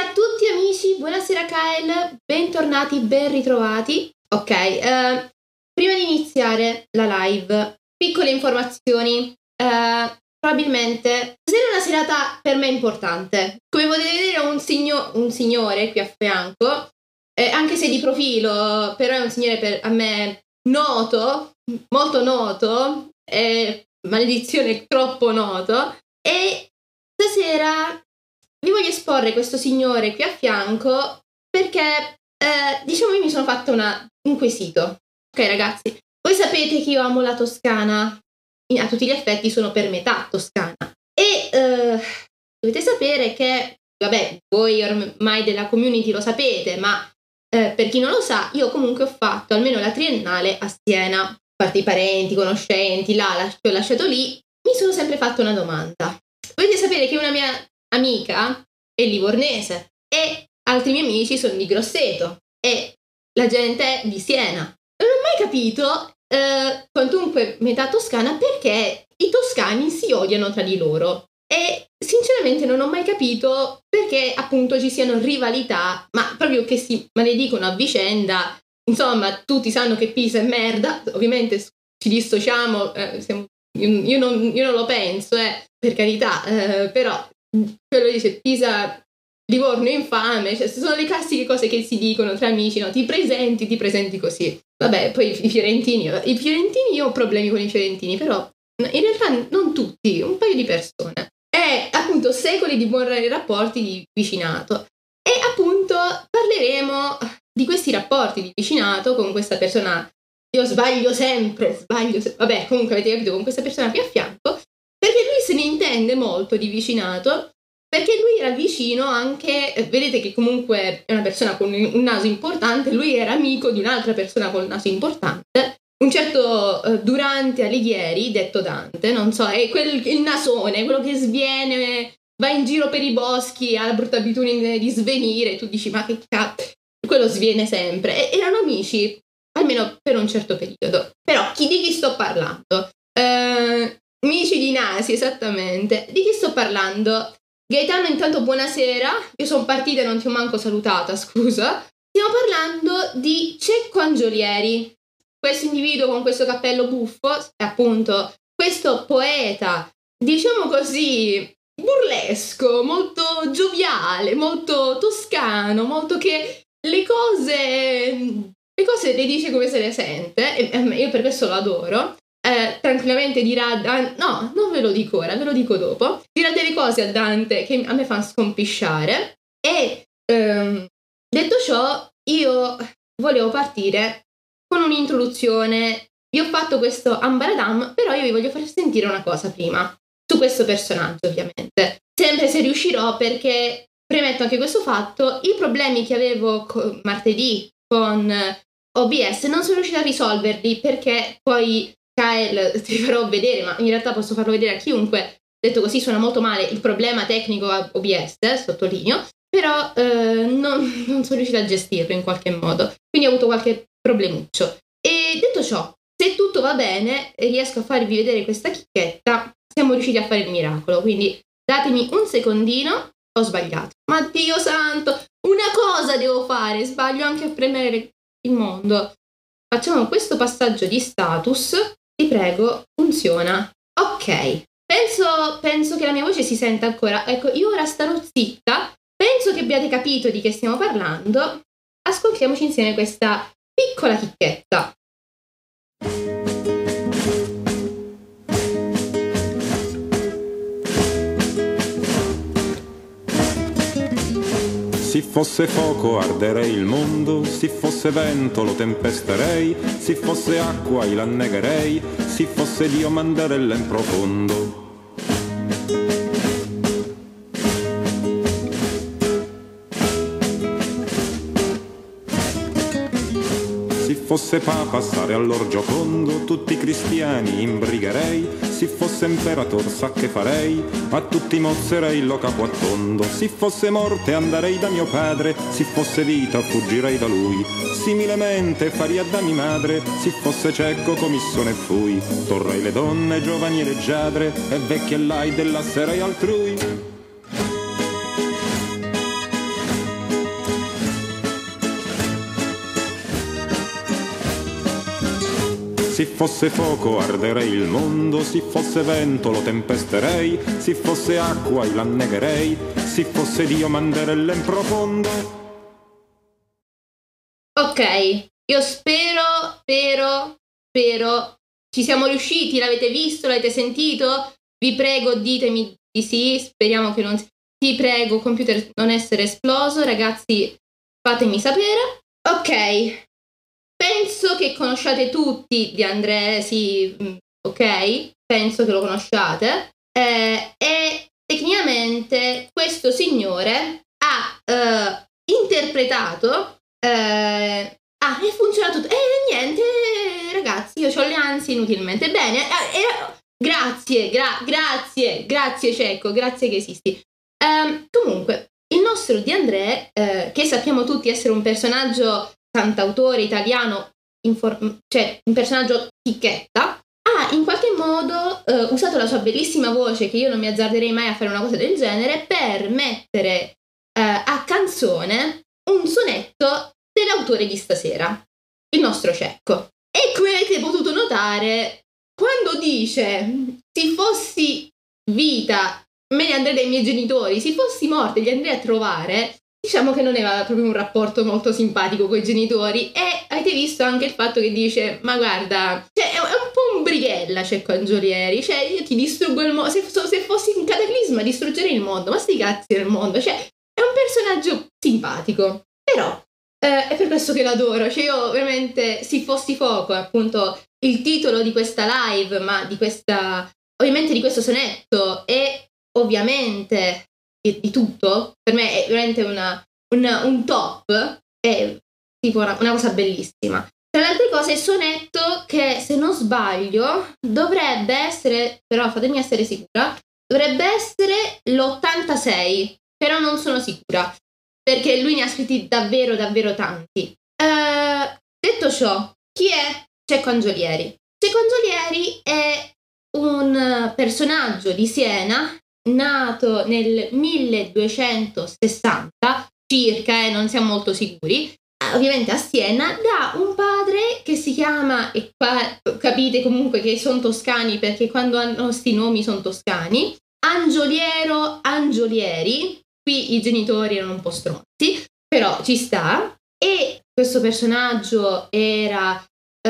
a tutti amici, buonasera Kyle, bentornati, ben ritrovati. Ok, prima di iniziare la live, piccole informazioni. Probabilmente stasera è una serata per me importante. Come potete vedere ho un signore qui a fianco, anche se di profilo, però è un signore a me noto, molto noto, maledizione troppo noto, e stasera vi voglio esporre questo signore qui a fianco perché, diciamo, io mi sono fatta un quesito. Ok ragazzi, voi sapete che io amo la Toscana, a tutti gli effetti sono per metà toscana e dovete sapere che, vabbè, voi ormai della community lo sapete, ma per chi non lo sa, io comunque ho fatto almeno la triennale a Siena, a parte i parenti, conoscenti, che ho lasciato lì. Mi sono sempre fatta una domanda. Dovete sapere che una mia amica è livornese e altri miei amici sono di Grosseto e la gente è di Siena. Non ho mai capito, quantunque metà toscana, perché i toscani si odiano tra di loro. E sinceramente non ho mai capito perché appunto ci siano rivalità, ma proprio che si maledicono a vicenda. Insomma, tutti sanno che Pisa è merda, ovviamente ci dissociamo, io non lo penso, per carità, però quello dice Pisa, Livorno è infame, cioè sono le classiche cose che si dicono tra amici, no? Ti presenti così. Vabbè, poi i fiorentini io ho problemi con i fiorentini, però in realtà non tutti, un paio di persone. È appunto secoli di buoni rapporti di vicinato. E appunto parleremo di questi rapporti di vicinato con questa persona. Io sbaglio sempre. Vabbè, comunque avete capito, con questa persona qui a fianco, perché lui se ne intende molto di vicinato, perché lui era vicino anche, vedete che comunque è una persona con un naso importante, lui era amico di un'altra persona con un naso importante, un certo Durante Alighieri, detto Dante, non so, è il nasone, quello che sviene, va in giro per i boschi, ha la brutta abitudine di svenire, tu dici ma che cazzo, quello sviene sempre. E erano amici, almeno per un certo periodo. Però di chi sto parlando? Amici di nasi, esattamente. Di chi sto parlando? Gaetano, intanto buonasera, io sono partita e non ti ho manco salutata, scusa. Stiamo parlando di Cecco Angiolieri, questo individuo con questo cappello buffo, appunto, questo poeta, diciamo così, burlesco, molto gioviale, molto toscano, molto che le cose le dice come se le sente, e io per questo lo adoro. Tranquillamente dirà, no, non ve lo dico ora, ve lo dico dopo, dirà delle cose a Dante che a me fanno scompisciare e detto ciò io volevo partire con un'introduzione. Vi ho fatto questo ambaradam, però io vi voglio far sentire una cosa prima su questo personaggio, ovviamente, sempre se riuscirò, perché premetto anche questo fatto: i problemi che avevo martedì con OBS non sono riuscita a risolverli, perché poi Kyle ti farò vedere, ma in realtà posso farlo vedere a chiunque, detto così suona molto male, il problema tecnico a OBS, sottolineo, però non sono riuscita a gestirlo in qualche modo, quindi ho avuto qualche problemuccio. E detto ciò, se tutto va bene e riesco a farvi vedere questa chicchetta, siamo riusciti a fare il miracolo, quindi datemi un secondino. Ho sbagliato, ma Dio santo, una cosa devo fare, sbaglio anche a premere il mondo. Facciamo questo passaggio di status. Ti prego, funziona. Ok, penso che la mia voce si senta ancora. Ecco, io ora starò zitta. Penso che abbiate capito di che stiamo parlando. Ascoltiamoci insieme questa piccola chicchetta. Se fosse fuoco arderei il mondo, se fosse vento lo tempesterei, se fosse acqua io l'annegherei, se fosse Dio manderella in profondo. Se fosse papa stare all'orgio fondo, tutti i cristiani imbrigherei, se fosse imperator sa che farei, a tutti mozzerei lo capo a tondo. Se fosse morte andrei da mio padre, se fosse vita fuggirei da lui, similemente faria da mia madre, se fosse cieco commisso ne fui, torrei le donne giovani e leggiadre, e vecchie e lai della serei altrui. Se fosse fuoco arderei il mondo, se fosse vento lo tempesterei, se fosse acqua io l'annegherei, se fosse Dio manderelle in profondo. Ok, io spero ci siamo riusciti, l'avete visto, l'avete sentito? Vi prego, ditemi di sì, speriamo che non si... Ti prego, computer, non essere esploso, ragazzi, fatemi sapere. Ok, penso che conosciate tutti De André, sì, ok? Penso che lo conosciate. E tecnicamente questo signore ha interpretato... è funzionato tutto. Niente, ragazzi, io ho le ansie inutilmente. Bene, grazie Cecco, grazie che esisti. Comunque, il nostro De André, che sappiamo tutti essere un personaggio cantautore italiano, cioè un personaggio chicchetta, ha in qualche modo usato la sua bellissima voce, che io non mi azzarderei mai a fare una cosa del genere, per mettere a canzone un sonetto dell'autore di stasera, il nostro Cecco. E come avete potuto notare, quando dice se fossi vita me ne andrei dai miei genitori, se fossi morta li andrei a trovare, diciamo che non aveva proprio un rapporto molto simpatico con i genitori. E avete visto anche il fatto che dice ma guarda, cioè, è un po' un brighella Cecco Angiolieri, cioè io ti distruggo il mondo, se fossi un cataclisma distruggerei il mondo, ma sti cazzi del mondo, cioè è un personaggio simpatico, però è per questo che l'adoro, cioè io veramente, se fossi fuoco, appunto il titolo di questa live, ma di questa, ovviamente di questo sonetto e ovviamente di tutto, per me è veramente un top, è tipo una cosa bellissima. Tra le altre cose il sonetto che, se non sbaglio, dovrebbe essere, però fatemi essere sicura, dovrebbe essere l'86, però non sono sicura, perché lui ne ha scritti davvero davvero tanti. Detto ciò, chi è Cecco Angiolieri? Cecco Angiolieri è un personaggio di Siena nato nel 1260 circa, non siamo molto sicuri, ovviamente a Siena, da un padre che si chiama, e qua capite comunque che sono toscani perché quando hanno sti nomi sono toscani, Angioliero Angiolieri. Qui i genitori erano un po' stronzi, però ci sta. E questo personaggio era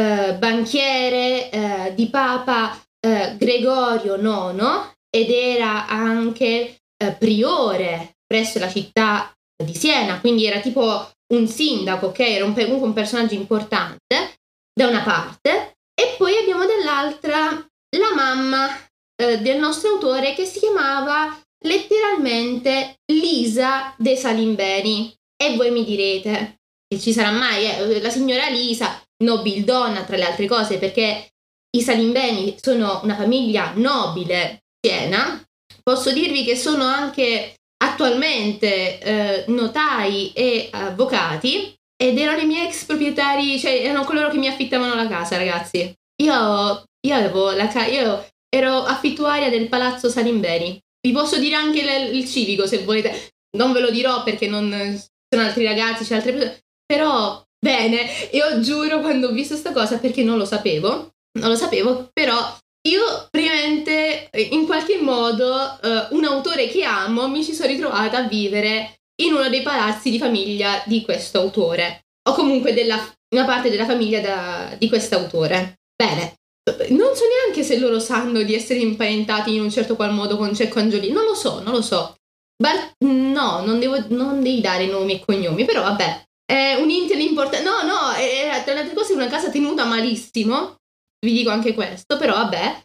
banchiere di Papa Gregorio IX ed era anche priore presso la città di Siena, quindi era tipo un sindaco, ok? Era comunque un personaggio importante da una parte, e poi abbiamo dall'altra la mamma del nostro autore, che si chiamava letteralmente Lisa de Salimbeni. E voi mi direte, che ci sarà mai la signora Lisa, nobildonna tra le altre cose, perché i Salimbeni sono una famiglia nobile Siena. Posso dirvi che sono anche attualmente notai e avvocati, ed erano i miei ex proprietari, cioè erano coloro che mi affittavano la casa, ragazzi. Io ero affittuaria del palazzo Salimbeni. Vi posso dire anche il civico se volete, non ve lo dirò perché non sono altri ragazzi, c'è altre persone, però bene, io giuro, quando ho visto sta cosa, perché non lo sapevo, però io praticamente in qualche modo un autore che amo, mi ci sono ritrovata a vivere in uno dei palazzi di famiglia di questo autore, o comunque una parte della famiglia di questo autore. Bene, non so neanche se loro sanno di essere imparentati in un certo qual modo con Cecco Angiolieri, non lo so. No, non devi dare nomi e cognomi, però vabbè, è un intel importante. No, era tra le altre cose una casa tenuta malissimo, vi dico anche questo, però vabbè.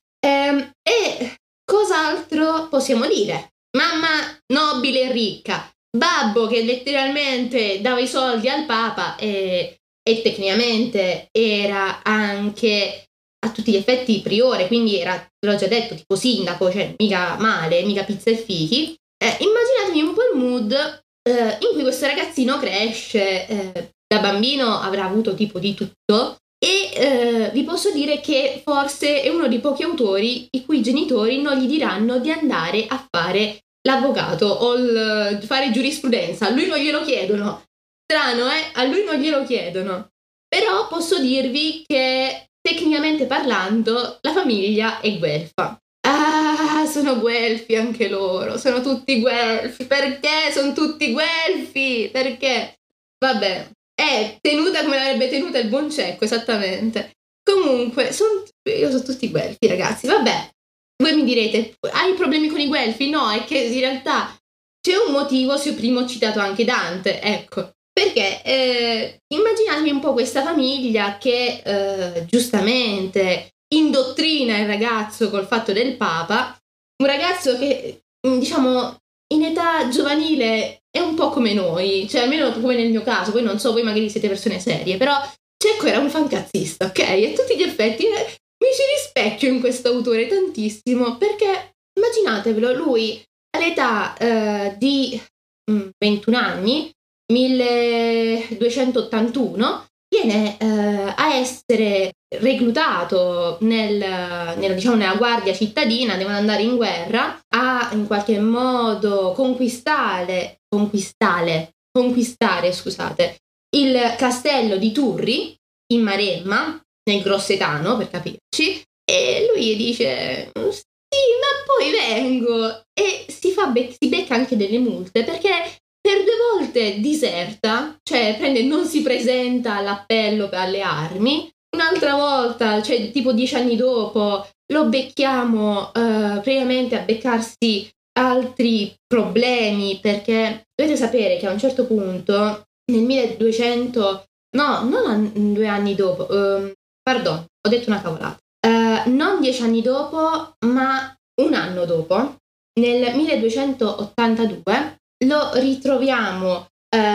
E cos'altro possiamo dire? Mamma nobile e ricca, babbo che letteralmente dava i soldi al Papa e tecnicamente era anche a tutti gli effetti priore, quindi era, l'ho già detto, tipo sindaco, cioè mica male, mica pizza e fichi. Immaginatevi un po' il mood in cui questo ragazzino cresce, da bambino avrà avuto tipo di tutto, e vi posso dire che forse è uno dei pochi autori i cui genitori non gli diranno di andare a fare l'avvocato o fare giurisprudenza. A lui non glielo chiedono. Strano, a lui non glielo chiedono. Però posso dirvi che tecnicamente parlando, la famiglia è guelfa. Ah, sono guelfi anche loro, sono tutti guelfi. Perché sono tutti guelfi? Perché? Vabbè, è tenuta come l'avrebbe tenuta il buon cieco, esattamente. Comunque, io sono tutti guelfi, ragazzi. Vabbè, voi mi direte, hai problemi con i guelfi? No, è che in realtà c'è un motivo, se prima ho citato anche Dante, ecco. Perché immaginatevi un po' questa famiglia che giustamente indottrina il ragazzo col fatto del Papa, un ragazzo che, diciamo, in età giovanile è un po' come noi, cioè almeno come nel mio caso, poi non so, voi magari siete persone serie, però Cecco era un fancazzista, ok? E a tutti gli effetti mi ci rispecchio in questo autore tantissimo, perché immaginatevelo, lui all'età di 21 anni, 1281, viene a essere reclutato nella guardia cittadina, devono andare in guerra a in qualche modo conquistare, scusate, il castello di Turri in Maremma, nel Grossetano per capirci, e lui dice sì, ma poi vengo, e si becca anche delle multe perché per 2 volte diserta, cioè non si presenta all'appello alle armi, un'altra volta, cioè tipo 10 anni dopo, lo becchiamo previamente a beccarsi altri problemi, perché dovete sapere che a un certo punto, nel 1200, no, non 2 anni dopo, pardon, ho detto una cavolata, non 10 anni dopo, ma un anno dopo, nel 1282, lo ritroviamo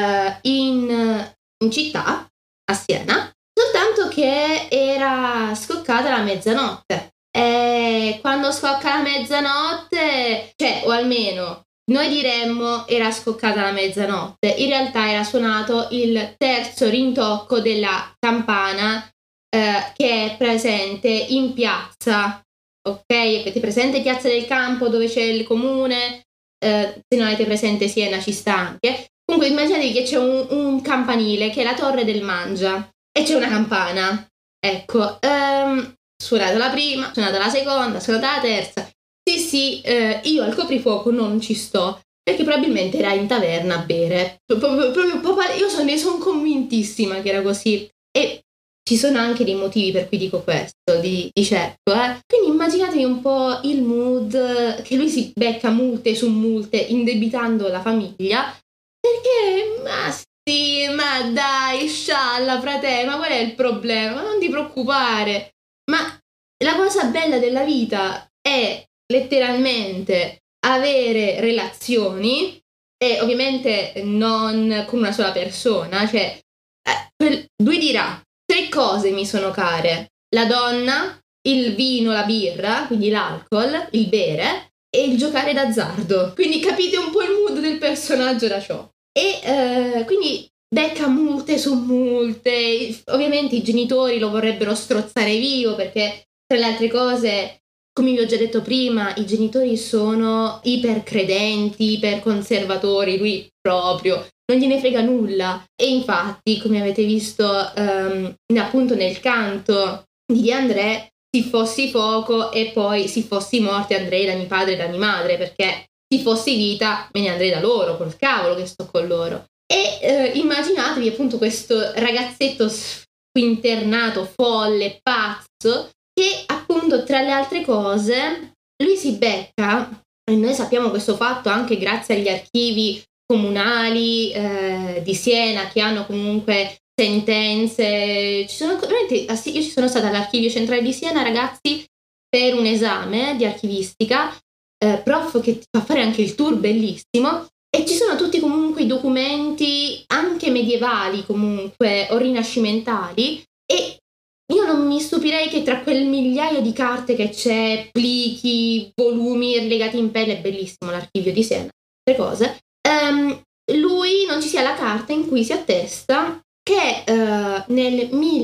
in città, a Siena, soltanto che era scoccata la mezzanotte. E quando scocca la mezzanotte, cioè, o almeno noi diremmo era scoccata la mezzanotte, in realtà era suonato il terzo rintocco della campana che è presente in piazza, ok? Avete presente Piazza del Campo dove c'è il comune? Se non avete presente Siena ci sta anche. Comunque immaginatevi che c'è un campanile che è la Torre del Mangia e c'è una campana. Ecco, suonata la prima, suonata la seconda, suonata la terza. Sì, io al coprifuoco non ci sto, perché probabilmente era in taverna a bere. Io ne sono convintissima che era così. E ci sono anche dei motivi per cui dico questo, di certo, Quindi immaginatevi un po' il mood, che lui si becca multe su multe, indebitando la famiglia, perché, ma sì, ma dai, scialla, fratello, ma qual è il problema? Ma non ti preoccupare. Ma la cosa bella della vita è letteralmente avere relazioni, e ovviamente non con una sola persona, cioè lui dirà 3 cose mi sono care: la donna, il vino, la birra, quindi l'alcol, il bere, e il giocare d'azzardo. Quindi capite un po' il mood del personaggio da ciò. E quindi becca multe su multe. Ovviamente i genitori lo vorrebbero strozzare vivo, perché tra le altre cose, come vi ho già detto prima, i genitori sono ipercredenti, iperconservatori, lui proprio non gliene frega nulla. E infatti, come avete visto appunto nel canto di De André, si fossi fuoco e poi si fossi morte andrei da mio padre e da mia madre, perché si fossi vita me ne andrei da loro, col cavolo che sto con loro. E immaginatevi appunto questo ragazzetto squinternato, folle, pazzo, che appunto tra le altre cose lui si becca, e noi sappiamo questo fatto anche grazie agli archivi comunali di Siena, che hanno comunque sentenze. Io ci sono stata all'archivio centrale di Siena, ragazzi, per un esame di archivistica, prof che ti fa fare anche il tour bellissimo, e ci sono tutti comunque i documenti anche medievali comunque o rinascimentali, e io non mi stupirei che tra quel migliaio di carte che c'è, plichi, volumi legati in pelle, è bellissimo l'archivio di Siena, altre cose, lui non ci sia la carta in cui si attesta che nel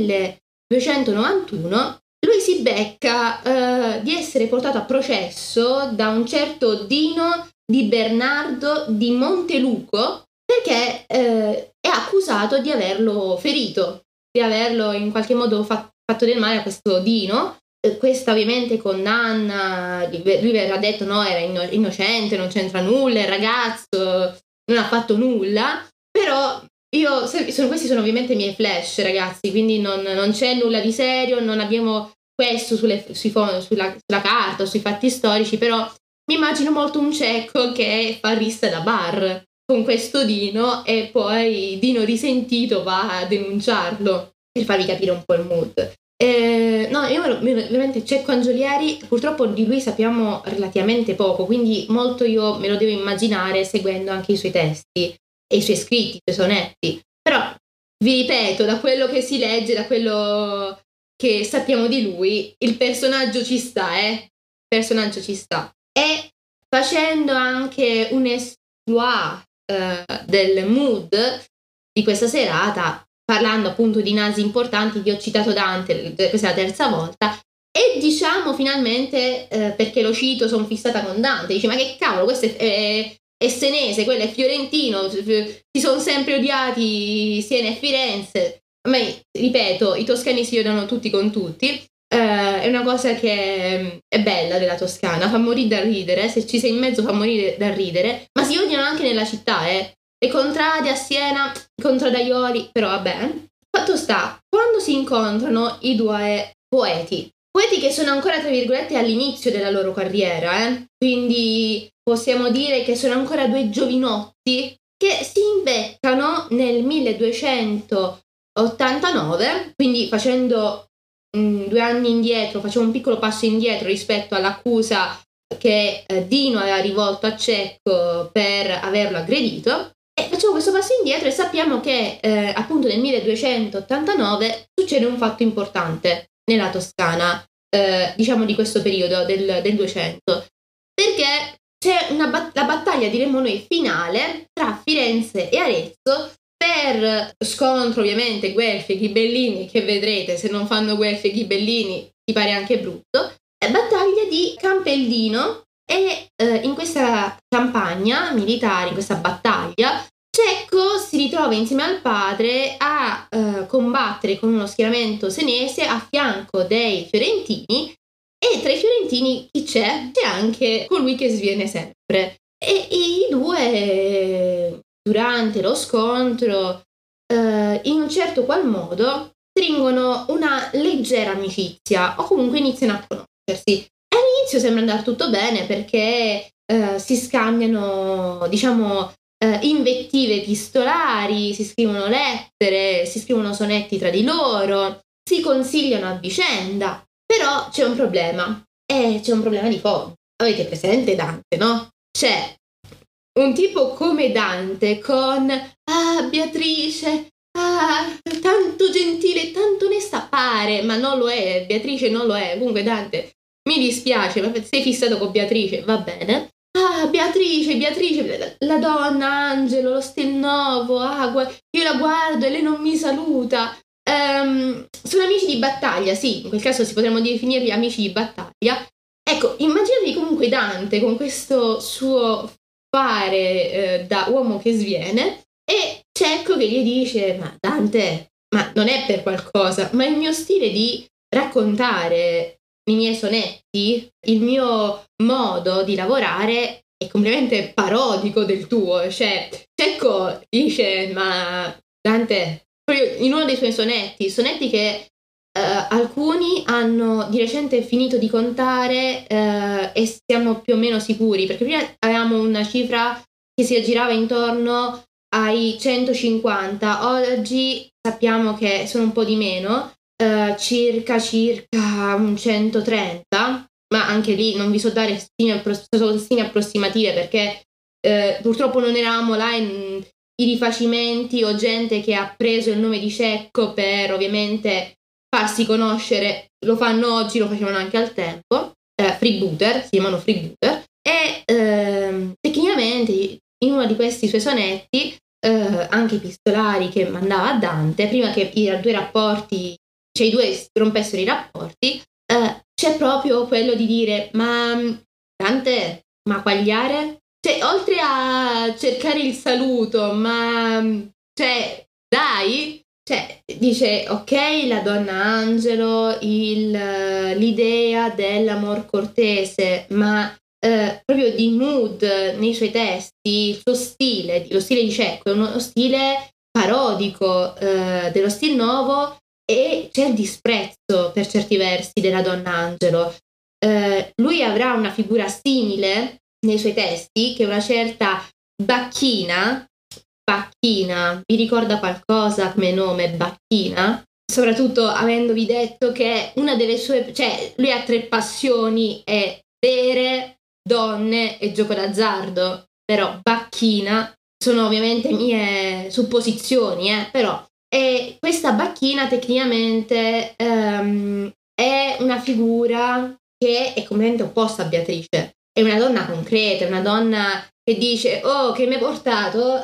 1291 lui si becca di essere portato a processo da un certo Dino di Bernardo di Monteluco, perché è accusato di averlo ferito, di averlo in qualche modo fatto del male a questo Dino. Questa ovviamente condanna, lui verrà detto no, era innocente, non c'entra nulla, il ragazzo non ha fatto nulla, però questi sono ovviamente i miei flash, ragazzi, quindi non c'è nulla di serio, non abbiamo questo sulla carta o sui fatti storici, però mi immagino molto un cieco che fa rissa da bar con questo Dino e poi Dino risentito va a denunciarlo, per farvi capire un po' il mood. No, io veramente Cecco Angiolieri, purtroppo di lui sappiamo relativamente poco, quindi molto io me lo devo immaginare seguendo anche i suoi testi e i suoi scritti, i suoi sonetti. Però vi ripeto, da quello che si legge, da quello che sappiamo di lui, il personaggio ci sta, Il personaggio ci sta. E facendo anche un exploit del mood di questa serata, parlando appunto di nasi importanti, vi ho citato Dante, questa è la terza volta, e diciamo finalmente, perché lo cito, sono fissata con Dante, dice ma che cavolo, questo è senese, quello è fiorentino, si sono sempre odiati Siena e Firenze, ma ripeto, i toscani si odiano tutti con tutti, è una cosa che è bella della Toscana, fa morire da ridere, se ci sei in mezzo fa morire da ridere, ma si odiano anche nella città, Le contrade a Siena, i contradaioli, però vabbè. Fatto sta, quando si incontrano i due poeti che sono ancora tra virgolette all'inizio della loro carriera, quindi possiamo dire che sono ancora due giovinotti che si imbeccano nel 1289, quindi facendo 2 anni indietro, facciamo un piccolo passo indietro rispetto all'accusa che Dino aveva rivolto a Cecco per averlo aggredito, e facciamo questo passo indietro e sappiamo che appunto nel 1289 succede un fatto importante nella Toscana, diciamo di questo periodo del 200, perché c'è la battaglia, diremmo noi, finale tra Firenze e Arezzo per scontro ovviamente Guelfi e Ghibellini, che vedrete se non fanno Guelfi e Ghibellini ti pare anche brutto, battaglia di Campeldino. E in questa campagna militare, in questa battaglia, Cecco si ritrova insieme al padre a combattere con uno schieramento senese a fianco dei fiorentini, e tra i fiorentini chi c'è? C'è anche colui che sviene sempre. E i due, durante lo scontro, in un certo qual modo, stringono una leggera amicizia, o comunque iniziano a conoscersi. All'inizio sembra andare tutto bene perché si scambiano, diciamo, invettive epistolari, si scrivono lettere, si scrivono sonetti tra di loro, si consigliano a vicenda, però c'è un problema, e c'è un problema di fondo. Avete presente Dante, no? C'è un tipo come Dante con Beatrice, tanto gentile, tanto onesta, pare, ma non lo è, Beatrice non lo è. Comunque Dante, mi dispiace, ma sei fissato con Beatrice, va bene. Beatrice, la donna, Angelo, lo Stelnovo, io la guardo e lei non mi saluta. Sono amici di battaglia, sì, in quel caso si potremmo definirli amici di battaglia. Ecco, immaginatevi comunque Dante con questo suo fare da uomo che sviene, e Cecco che gli dice ma Dante, ma non è per qualcosa, ma il mio stile di raccontare i miei sonetti, il mio modo di lavorare è completamente parodico del tuo. Cioè Cecco dice ma Dante, in uno dei suoi sonetti che alcuni hanno di recente finito di contare, e siamo più o meno sicuri, perché prima avevamo una cifra che si aggirava intorno ai 150, oggi sappiamo che sono un po' di meno, circa un 130, ma anche lì non vi so dare stime approssimative perché purtroppo non eravamo là in i rifacimenti o gente che ha preso il nome di Cecco per ovviamente farsi conoscere. Lo fanno oggi, lo facevano anche al tempo, freebooter, si chiamano freebooter, e tecnicamente in uno di questi suoi sonetti, anche epistolari che mandava a Dante, prima che i due rapporti, cioè i due rompessero i rapporti, c'è proprio quello di dire ma Dante, ma quagliare? Cioè, oltre a cercare il saluto, ma cioè, dai, cioè, dice, ok, la donna angelo, l'idea dell'amor cortese, ma proprio di mood nei suoi testi, il suo stile, lo stile di Cecco è uno stile parodico dello stil nuovo, e c'è il disprezzo per certi versi della donna angelo. Lui avrà una figura simile nei suoi testi, che è una certa Bacchina, vi ricorda qualcosa come nome Bacchina? Soprattutto avendovi detto che una delle sue, cioè lui ha 3 passioni: è bere, donne e gioco d'azzardo. Però Bacchina, sono ovviamente mie supposizioni, però e questa Bacchina tecnicamente è una figura che è completamente opposta a Beatrice. È una donna concreta, è una donna che dice: oh, che mi hai portato?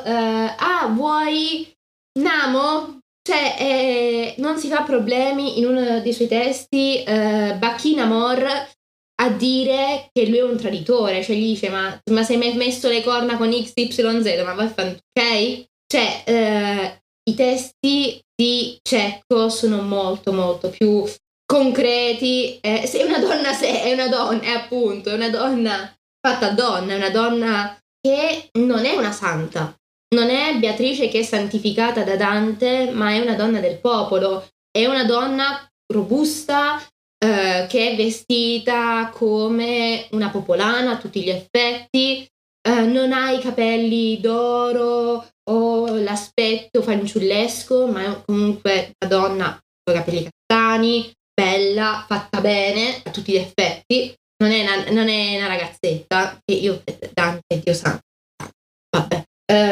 Vuoi Namo? Cioè, non si fa problemi in uno dei suoi testi, Bacchina Mor, a dire che lui è un traditore. Cioè gli dice: ma se mi hai messo le corna con XYZ, ma vaffanculo, ok? Cioè, i testi di Cecco sono molto molto più concreti. Sei una donna, è una donna, è appunto, è una donna fatta donna, è una donna che non è una santa, non è Beatrice che è santificata da Dante, ma è una donna del popolo, è una donna robusta, che è vestita come una popolana a tutti gli effetti, non ha i capelli d'oro o l'aspetto fanciullesco, ma è comunque una donna con i capelli castani, bella, fatta bene a tutti gli effetti. Non è una ragazzetta, che io, Dante, Dio santo, vabbè.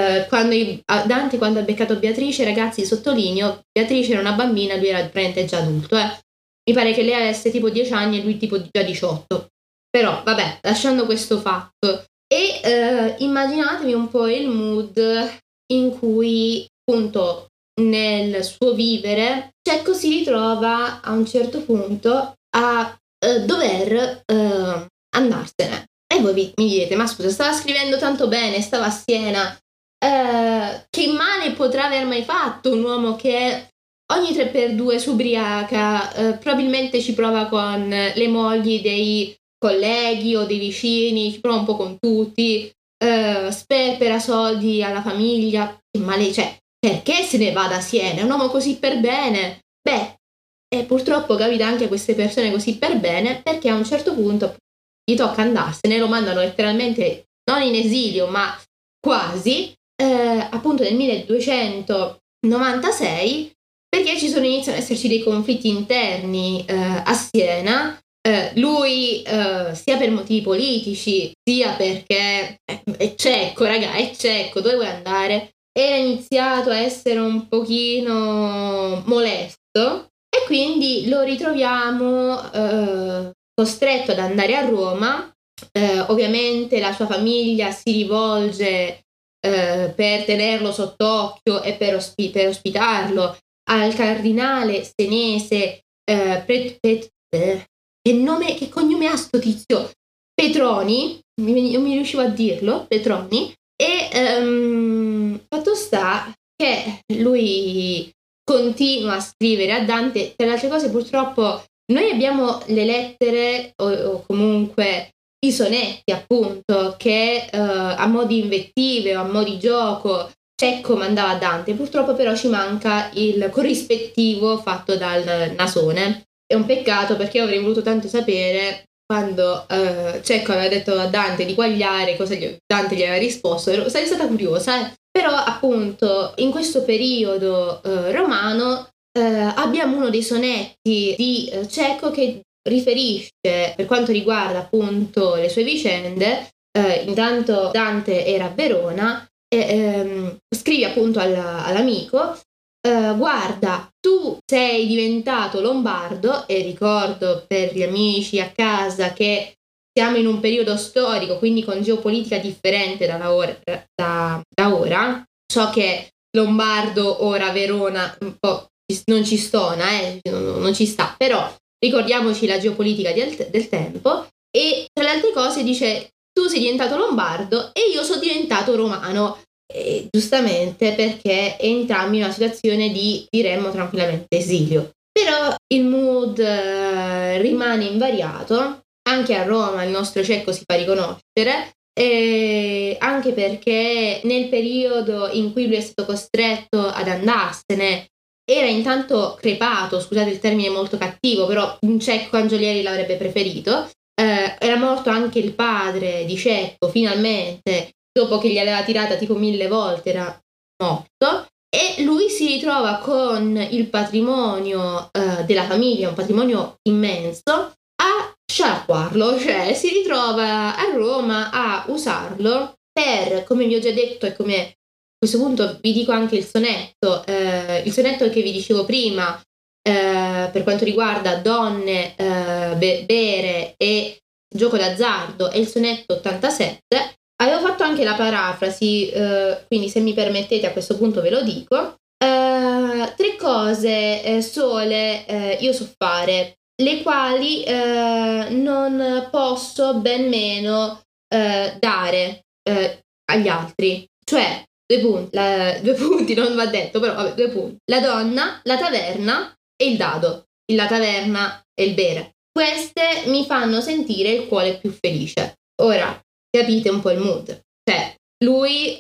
Dante, quando ha beccato Beatrice, ragazzi, sottolineo, Beatrice era una bambina, lui era praticamente già adulto, Mi pare che lei avesse tipo 10 anni e lui tipo già 18. Però, vabbè, lasciando questo fatto. E immaginatevi un po' il mood in cui, appunto, nel suo vivere, Cecco si ritrova a un certo punto a dover andarsene. E voi mi direte: ma scusa, stava scrivendo tanto bene, stava a Siena, che male potrà aver mai fatto un uomo che ogni 3x2 si ubriaca, probabilmente ci prova con le mogli dei colleghi o dei vicini, ci prova un po' con tutti, sperpera soldi alla famiglia, che male, cioè, perché se ne va da Siena? È un uomo così per bene. Beh, e purtroppo capita anche a queste persone così per bene, perché a un certo punto gli tocca andarsene, lo mandano letteralmente non in esilio, ma quasi, appunto nel 1296, perché iniziano ad esserci dei conflitti interni a Siena. Lui sia per motivi politici, sia perché è cecco, raga, è cecco, dove vuoi andare? Era iniziato a essere un pochino molesto, e quindi lo ritroviamo costretto ad andare a Roma. Ovviamente la sua famiglia si rivolge per tenerlo sott'occhio e per ospitarlo al cardinale senese che cognome ha sto tizio? Petroni, non mi riuscivo a dirlo, Petroni. E fatto sta che lui continua a scrivere a Dante. Per le altre cose, purtroppo, noi abbiamo le lettere o comunque i sonetti, appunto, che a mo' di invettive o a mo' di gioco Cecco mandava a Dante. Purtroppo però ci manca il corrispettivo fatto dal Nasone. È un peccato, perché io avrei voluto tanto sapere quando Cecco aveva detto a Dante di quagliare, cosa Dante gli aveva risposto. Sarei stata curiosa, Però appunto in questo periodo romano abbiamo uno dei sonetti di Cecco che riferisce, per quanto riguarda appunto le sue vicende. Intanto Dante era a Verona e scrive appunto all'amico: guarda, tu sei diventato lombardo, e ricordo per gli amici a casa che siamo in un periodo storico, quindi con geopolitica differente da ora. So che Lombardo, ora Verona, un po' non ci stona, non ci sta, però ricordiamoci la geopolitica del tempo. E tra le altre cose dice: tu sei diventato lombardo e io sono diventato romano. giustamente perché entrambi in una situazione di, diremmo tranquillamente, esilio. Però il mood rimane invariato, anche a Roma il nostro cieco si fa riconoscere, anche perché nel periodo in cui lui è stato costretto ad andarsene era intanto crepato, scusate il termine molto cattivo, però Cecco Angiolieri l'avrebbe preferito, era morto anche il padre di Cecco, finalmente, dopo che gli aveva tirata tipo 1000 volte, era morto, e lui si ritrova con il patrimonio della famiglia, un patrimonio immenso, a sciacquarlo, cioè si ritrova a Roma a usarlo per, come vi ho già detto e come a questo punto vi dico anche il sonetto che vi dicevo prima, per quanto riguarda donne, bere e gioco d'azzardo, e il sonetto 87. Avevo fatto anche la parafrasi, quindi se mi permettete a questo punto ve lo dico. 3 cose sole io so fare, le quali non posso ben meno dare agli altri. Cioè, 2 punti, non va detto, però vabbè, 2 punti. La donna, la taverna e il dado. La taverna e il bere. Queste mi fanno sentire il cuore più felice. Ora, capite un po' il mood. Cioè, lui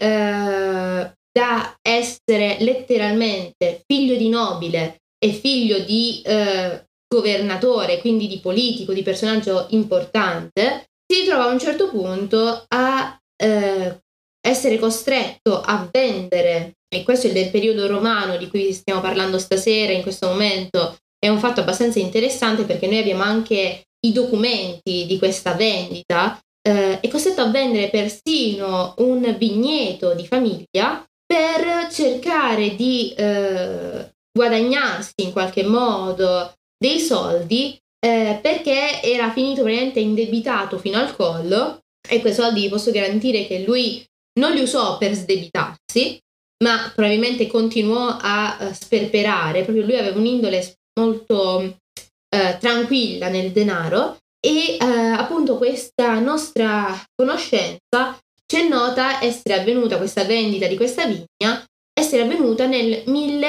da essere letteralmente figlio di nobile e figlio di governatore, quindi di politico, di personaggio importante, si ritrova a un certo punto a essere costretto a vendere, e questo è del periodo romano di cui stiamo parlando stasera, in questo momento è un fatto abbastanza interessante perché noi abbiamo anche i documenti di questa vendita, è costretto a vendere persino un vigneto di famiglia per cercare di guadagnarsi in qualche modo dei soldi, perché era finito veramente indebitato fino al collo, e quei soldi vi posso garantire che lui non li usò per sdebitarsi, ma probabilmente continuò a sperperare, proprio lui aveva un'indole molto tranquilla nel denaro, e appunto questa nostra conoscenza c'è nota essere avvenuta, questa vendita di questa vigna, essere avvenuta nel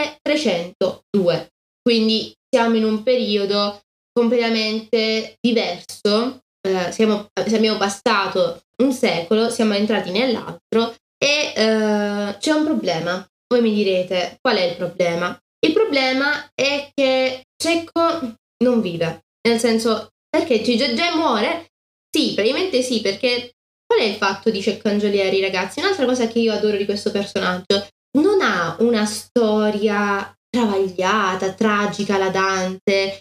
1302, quindi siamo in un periodo completamente diverso, abbiamo passato un secolo, siamo entrati nell'altro e c'è un problema. Voi mi direte, qual è il problema? Il problema è che Cecco non vive, nel senso, perché Giugià muore? Sì, praticamente sì, perché qual è il fatto di Cecco Angiolieri, ragazzi? Un'altra cosa che io adoro di questo personaggio, non ha una storia travagliata, tragica alla Dante,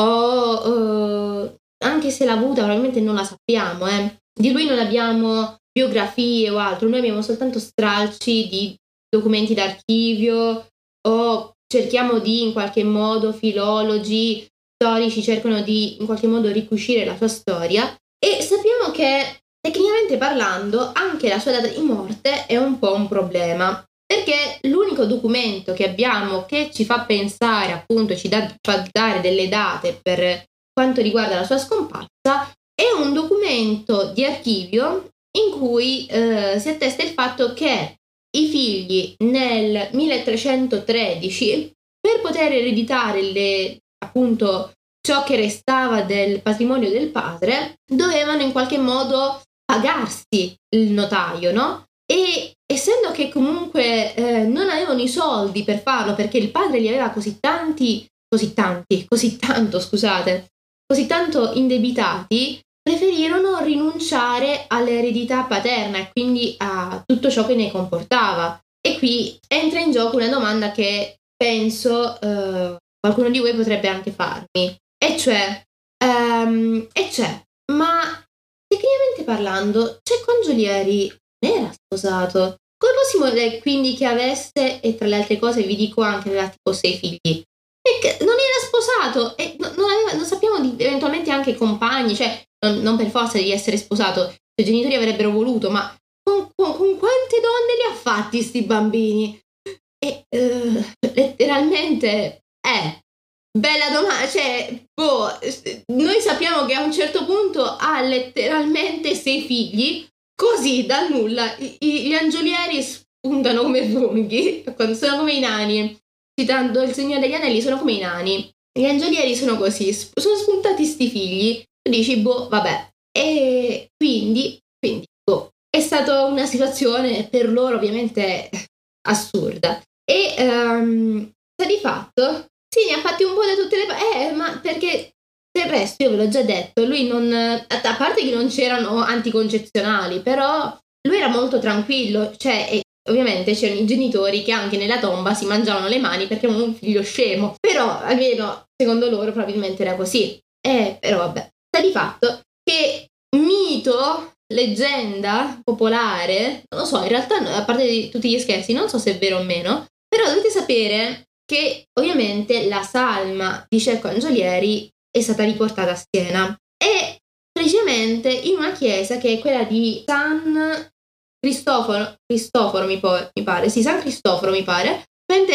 o anche se l'ha avuta probabilmente non la sappiamo, Di lui non abbiamo biografie o altro, noi abbiamo soltanto stralci di documenti d'archivio, o cerchiamo di, in qualche modo, filologi storici cercano di in qualche modo ricucire la sua storia, e sappiamo che tecnicamente parlando anche la sua data di morte è un po' un problema, perché l'unico documento che abbiamo che ci fa pensare, appunto fa dare delle date per quanto riguarda la sua scomparsa, è un documento di archivio in cui si attesta il fatto che i figli nel 1313, per poter ereditare appunto ciò che restava del patrimonio del padre, dovevano in qualche modo pagarsi il notaio, no? E essendo che comunque non avevano i soldi per farlo, perché il padre li aveva così tanto indebitati, preferirono rinunciare all'eredità paterna e quindi a tutto ciò che ne comportava. E qui entra in gioco una domanda che penso qualcuno di voi potrebbe anche farmi, e cioè, ma tecnicamente parlando, Cecco Angiolieri non era sposato. Come possiamo dire quindi che avesse, e tra le altre cose vi dico anche, aveva tipo 6 figli? E non era sposato, e non sappiamo di eventualmente anche compagni, cioè non per forza di essere sposato, i suoi genitori avrebbero voluto, ma con quante donne li ha fatti sti bambini? E letteralmente bella domanda, cioè noi sappiamo che a un certo punto ha letteralmente 6 figli, così dal nulla. Gli Angiolieri spuntano come funghi, sono come i nani, citando il Signore degli Anelli, sono come i nani, gli angelieri sono così, sono spuntati sti figli, tu dici boh, vabbè, e quindi boh, è stata una situazione per loro ovviamente assurda, e sta di fatto, sì, ne ha fatti un po' da tutte le ma perché del resto io ve l'ho già detto, lui non, a parte che non c'erano anticoncezionali, però lui era molto tranquillo, cioè, e ovviamente c'erano i genitori che anche nella tomba si mangiavano le mani perché avevano un figlio scemo, però almeno secondo loro probabilmente era così. Però vabbè, sta di fatto che mito, leggenda popolare, non lo so, in realtà a parte di tutti gli scherzi, non so se è vero o meno, però dovete sapere che ovviamente la salma di Cecco Angelieri è stata riportata a Siena e precisamente in una chiesa che è quella di San Cristoforo mi pare, sì, San Cristoforo mi pare.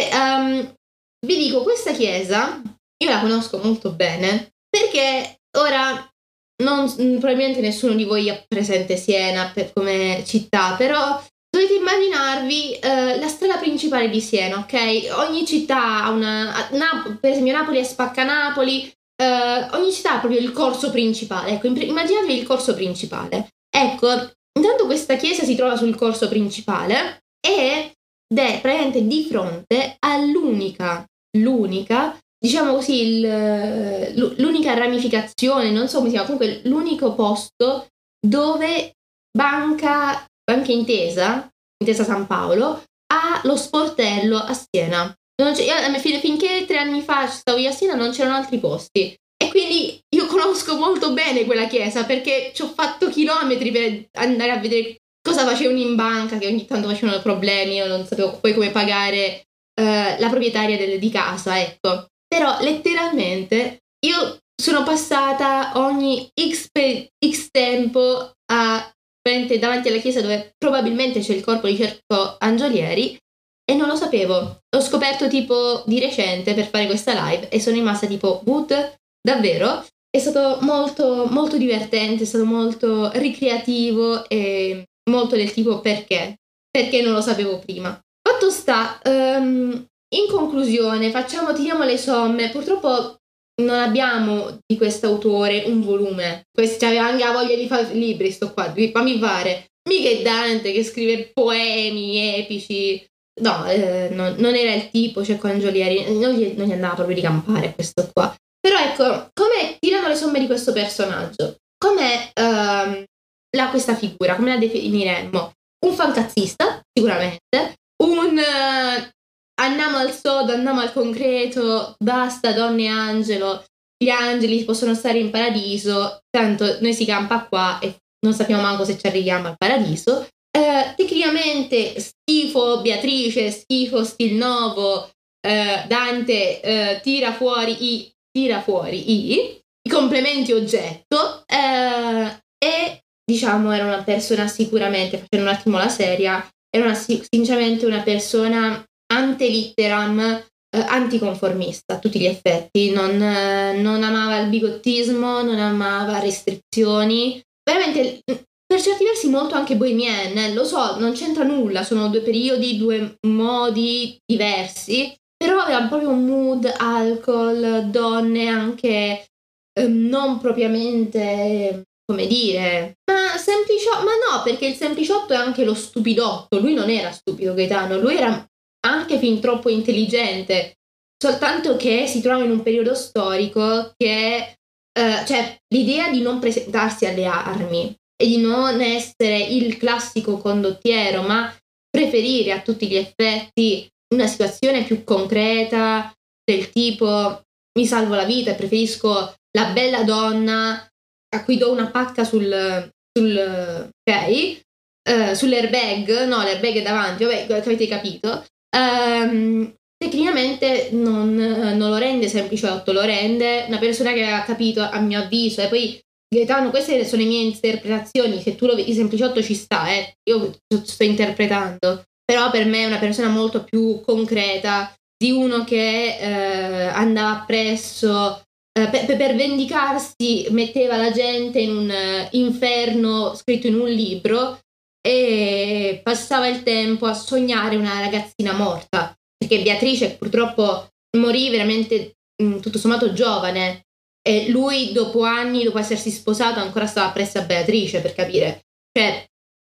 Vi dico, questa chiesa io la conosco molto bene perché ora probabilmente nessuno di voi ha presente Siena come città, però dovete immaginarvi la strada principale di Siena, ok? Ogni città ha per esempio Napoli è Spaccanapoli, ogni città ha proprio il corso principale, ecco, immaginatevi il corso principale. Ecco, intanto questa chiesa si trova sul corso principale ed è praticamente di fronte all'unica, diciamo così, l'unica ramificazione, non so come si chiama, comunque l'unico posto dove Banca Intesa San Paolo ha lo sportello a Siena. Finché 3 anni fa stavo io a Siena non c'erano altri posti. E quindi io conosco molto bene quella chiesa perché ci ho fatto chilometri per andare a vedere cosa facevano in banca, che ogni tanto facevano problemi, io non sapevo poi come pagare la proprietaria di casa, ecco. Però letteralmente io sono passata ogni X tempo davanti alla chiesa dove probabilmente c'è il corpo di Cecco Angelieri e non lo sapevo. L'ho scoperto tipo di recente per fare questa live e sono rimasta tipo, what? Davvero? È stato molto, molto divertente, è stato molto ricreativo e molto del tipo perché? Perché non lo sapevo prima. Fatto sta, in conclusione, tiriamo le somme. Purtroppo non abbiamo di quest'autore un volume. Aveva anche la voglia di fare libri, sto qua, fammi fare. Mica è Dante che scrive poemi epici. No, non era il tipo, Cecco Angelieri, non gli andava proprio di campare questo qua. Però ecco, come tirano le somme di questo personaggio? Com'è questa figura? Come la definiremmo? Un fancazzista, sicuramente. Andiamo al sodo, andiamo al concreto, basta donne e angelo, gli angeli possono stare in paradiso, tanto noi si campa qua e non sappiamo manco se ci arriviamo al paradiso. Tecnicamente schifo Beatrice, schifo Stilnovo, Dante tira fuori i complementi oggetto e diciamo era una persona sicuramente, facendo un attimo la seria, era sinceramente una persona ante litteram anticonformista a tutti gli effetti, non amava il bigottismo, non amava restrizioni, veramente per certi versi molto anche bohemienne, lo so, non c'entra nulla, sono 2 periodi, 2 modi diversi, però aveva proprio un mood, alcol, donne anche non propriamente, come dire, ma no, perché il sempliciotto è anche lo stupidotto, lui non era stupido Gaetano, lui era anche fin troppo intelligente, soltanto che si trova in un periodo storico che cioè l'idea di non presentarsi alle armi e di non essere il classico condottiero, ma preferire a tutti gli effetti una situazione più concreta del tipo mi salvo la vita e preferisco la bella donna a cui do una pacca sull'airbag, no, l'airbag è davanti, vabbè, avete capito. Tecnicamente non lo rende sempliciotto, lo rende una persona che aveva capito, a mio avviso, e poi Gaetano, queste sono le mie interpretazioni, se tu lo vedi sempliciotto ci sta, io sto interpretando, però per me è una persona molto più concreta di uno che andava appresso per vendicarsi, metteva la gente in un inferno scritto in un libro e passava il tempo a sognare una ragazzina morta, perché Beatrice purtroppo morì veramente tutto sommato giovane, e lui dopo anni, dopo essersi sposato, ancora stava presso a Beatrice, per capire. Cioè,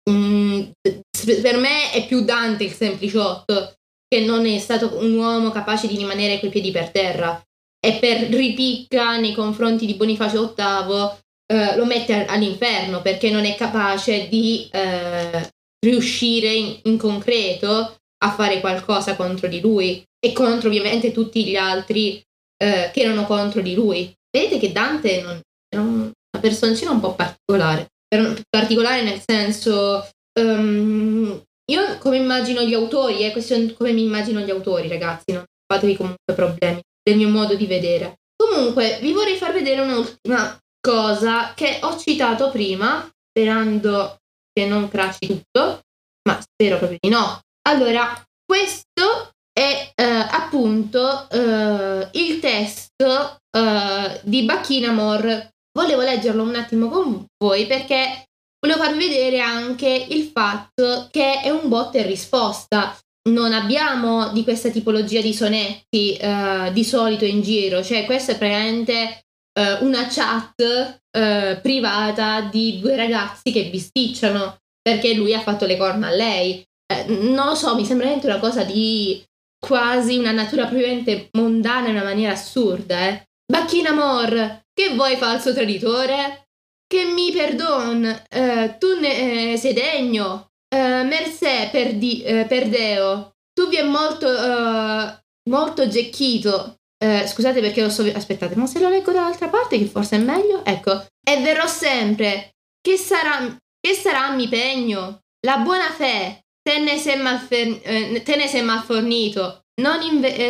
per me è più Dante il sempliciotto, che non è stato un uomo capace di rimanere coi piedi per terra, e per ripicca nei confronti di Bonifacio VIII lo mette all'inferno, perché non è capace di riuscire in concreto a fare qualcosa contro di lui e contro ovviamente tutti gli altri che erano contro di lui. Vedete che Dante è una personcina un po' particolare, nel senso io come immagino gli autori, questo è come mi immagino gli autori, ragazzi, non fatevi comunque problemi del mio modo di vedere. Comunque vi vorrei far vedere un'ultima cosa che ho citato prima, sperando che non crashi tutto, ma spero proprio di no. Allora, questo è appunto il testo di Bacchinamor. Volevo leggerlo un attimo con voi perché volevo farvi vedere anche il fatto che è un botta e risposta. Non abbiamo di questa tipologia di sonetti di solito in giro, cioè questa è praticamente una chat privata di due ragazzi che bisticciano perché lui ha fatto le corna a lei. Non lo so, mi sembra veramente una cosa di quasi una natura propriamente mondana in una maniera assurda. Bacchinamor, che vuoi, falso traditore? Che mi perdon, tu ne sei degno, mercè per Deo, tu vi è molto gecchito. Scusate perché aspettate, ma se lo leggo dall'altra parte che forse è meglio, ecco, e verrò sempre, che sarà mi pegno, la buona fe, te ne sei mal fornito, non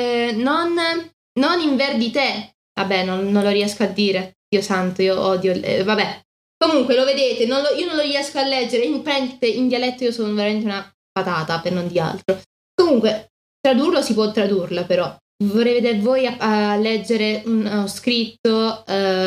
in ver di te. Vabbè, non lo riesco a dire, Dio santo, io odio, vabbè. Comunque lo vedete, io non lo riesco a leggere, in dialetto io sono veramente una patata, per non di altro. Comunque, tradurlo si può tradurla, però vorrei vedere voi a leggere uno scritto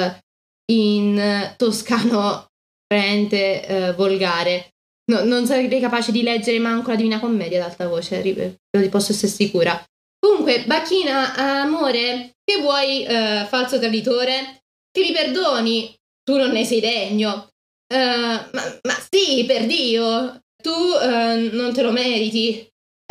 in toscano veramente volgare. No, non sarei capace di leggere manco la Divina Commedia ad alta voce, lo posso essere sicura. Comunque, Bacchina, amore, che vuoi, falso traditore? Che mi perdoni, tu non ne sei degno. Ma sì, per Dio, tu non te lo meriti.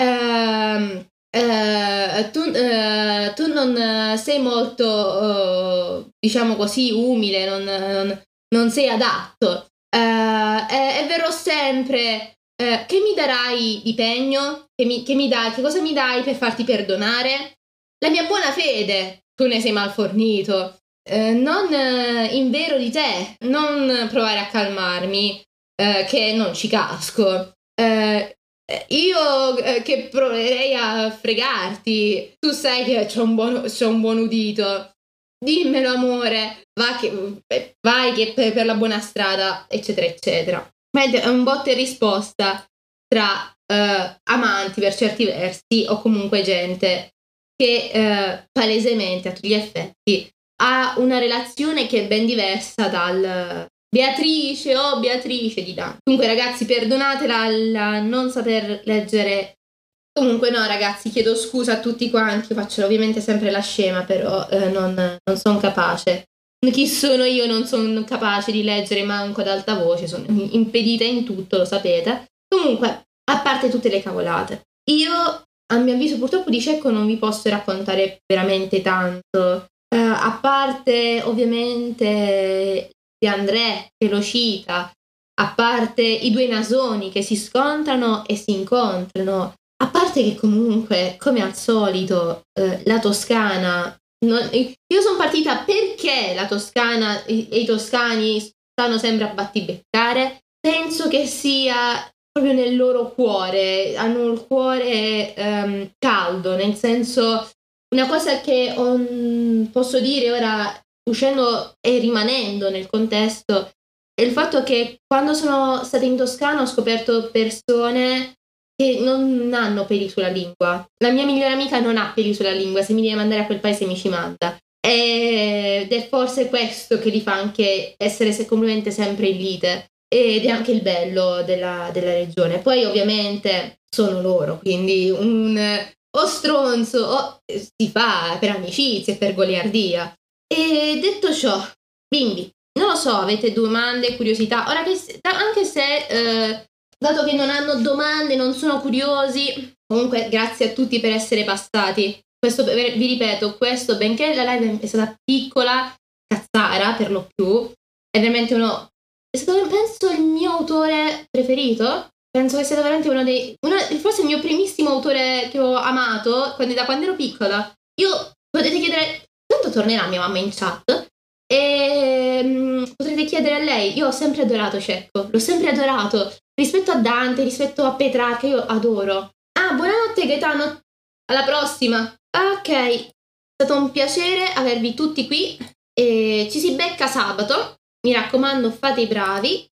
Tu non sei molto, diciamo così, umile, non sei adatto. E verrò sempre. Che mi darai di pegno? Che cosa mi dai per farti perdonare? La mia buona fede, tu ne sei mal fornito. Non in vero di te, non provare a calmarmi, che non ci casco. Io che proverei a fregarti, tu sai che c'ho un buon udito. Dimmelo, amore, vai che per la buona strada, eccetera, eccetera. Mentre è un botta e risposta tra amanti per certi versi o comunque gente che palesemente a tutti gli effetti ha una relazione che è ben diversa dal Beatrice di Dante. Comunque ragazzi, perdonatela la non saper leggere. Comunque no ragazzi, chiedo scusa a tutti quanti, io faccio ovviamente sempre la scema, però non sono capace. Chi sono io? Non sono capace di leggere manco ad alta voce, sono impedita in tutto, lo sapete. Comunque, a parte tutte le cavolate, io a mio avviso purtroppo di Cecco non vi posso raccontare veramente tanto, a parte ovviamente di André che lo cita, a parte i due nasoni che si scontrano e si incontrano, a parte che comunque, come al solito, la Toscana... io sono partita perché la Toscana e i toscani stanno sempre a battibeccare. Penso che sia proprio nel loro cuore, hanno il cuore caldo, nel senso, una cosa che posso dire ora, uscendo e rimanendo nel contesto, è il fatto che quando sono stata in Toscana ho scoperto persone che non hanno peli sulla lingua. La mia migliore amica non ha peli sulla lingua, se mi deve mandare a quel paese mi ci manda. Ed è forse questo che li fa anche essere completamente sempre in lite. ed è anche il bello della regione. Poi ovviamente sono loro, quindi o stronzo o si fa per amicizia e per goliardia. E detto ciò, bimbi, non lo so, avete domande, curiosità? Ora che anche se dato che non hanno domande, non sono curiosi, comunque grazie a tutti per essere passati. Questo, vi ripeto, questo, benché la live è stata piccola, cazzara per lo più, è veramente è stato, penso, il mio autore preferito. Penso che sia veramente forse il mio primissimo autore che ho amato da quando ero piccola. Potete chiedere, tanto tornerà mia mamma in chat, e potrete chiedere a lei. Io ho sempre adorato Cecco, l'ho sempre adorato, rispetto a Dante, rispetto a Petrarca, io adoro. Buonanotte Gaetano, alla prossima. Ok, è stato un piacere avervi tutti qui e ci si becca sabato. Mi raccomando, fate i bravi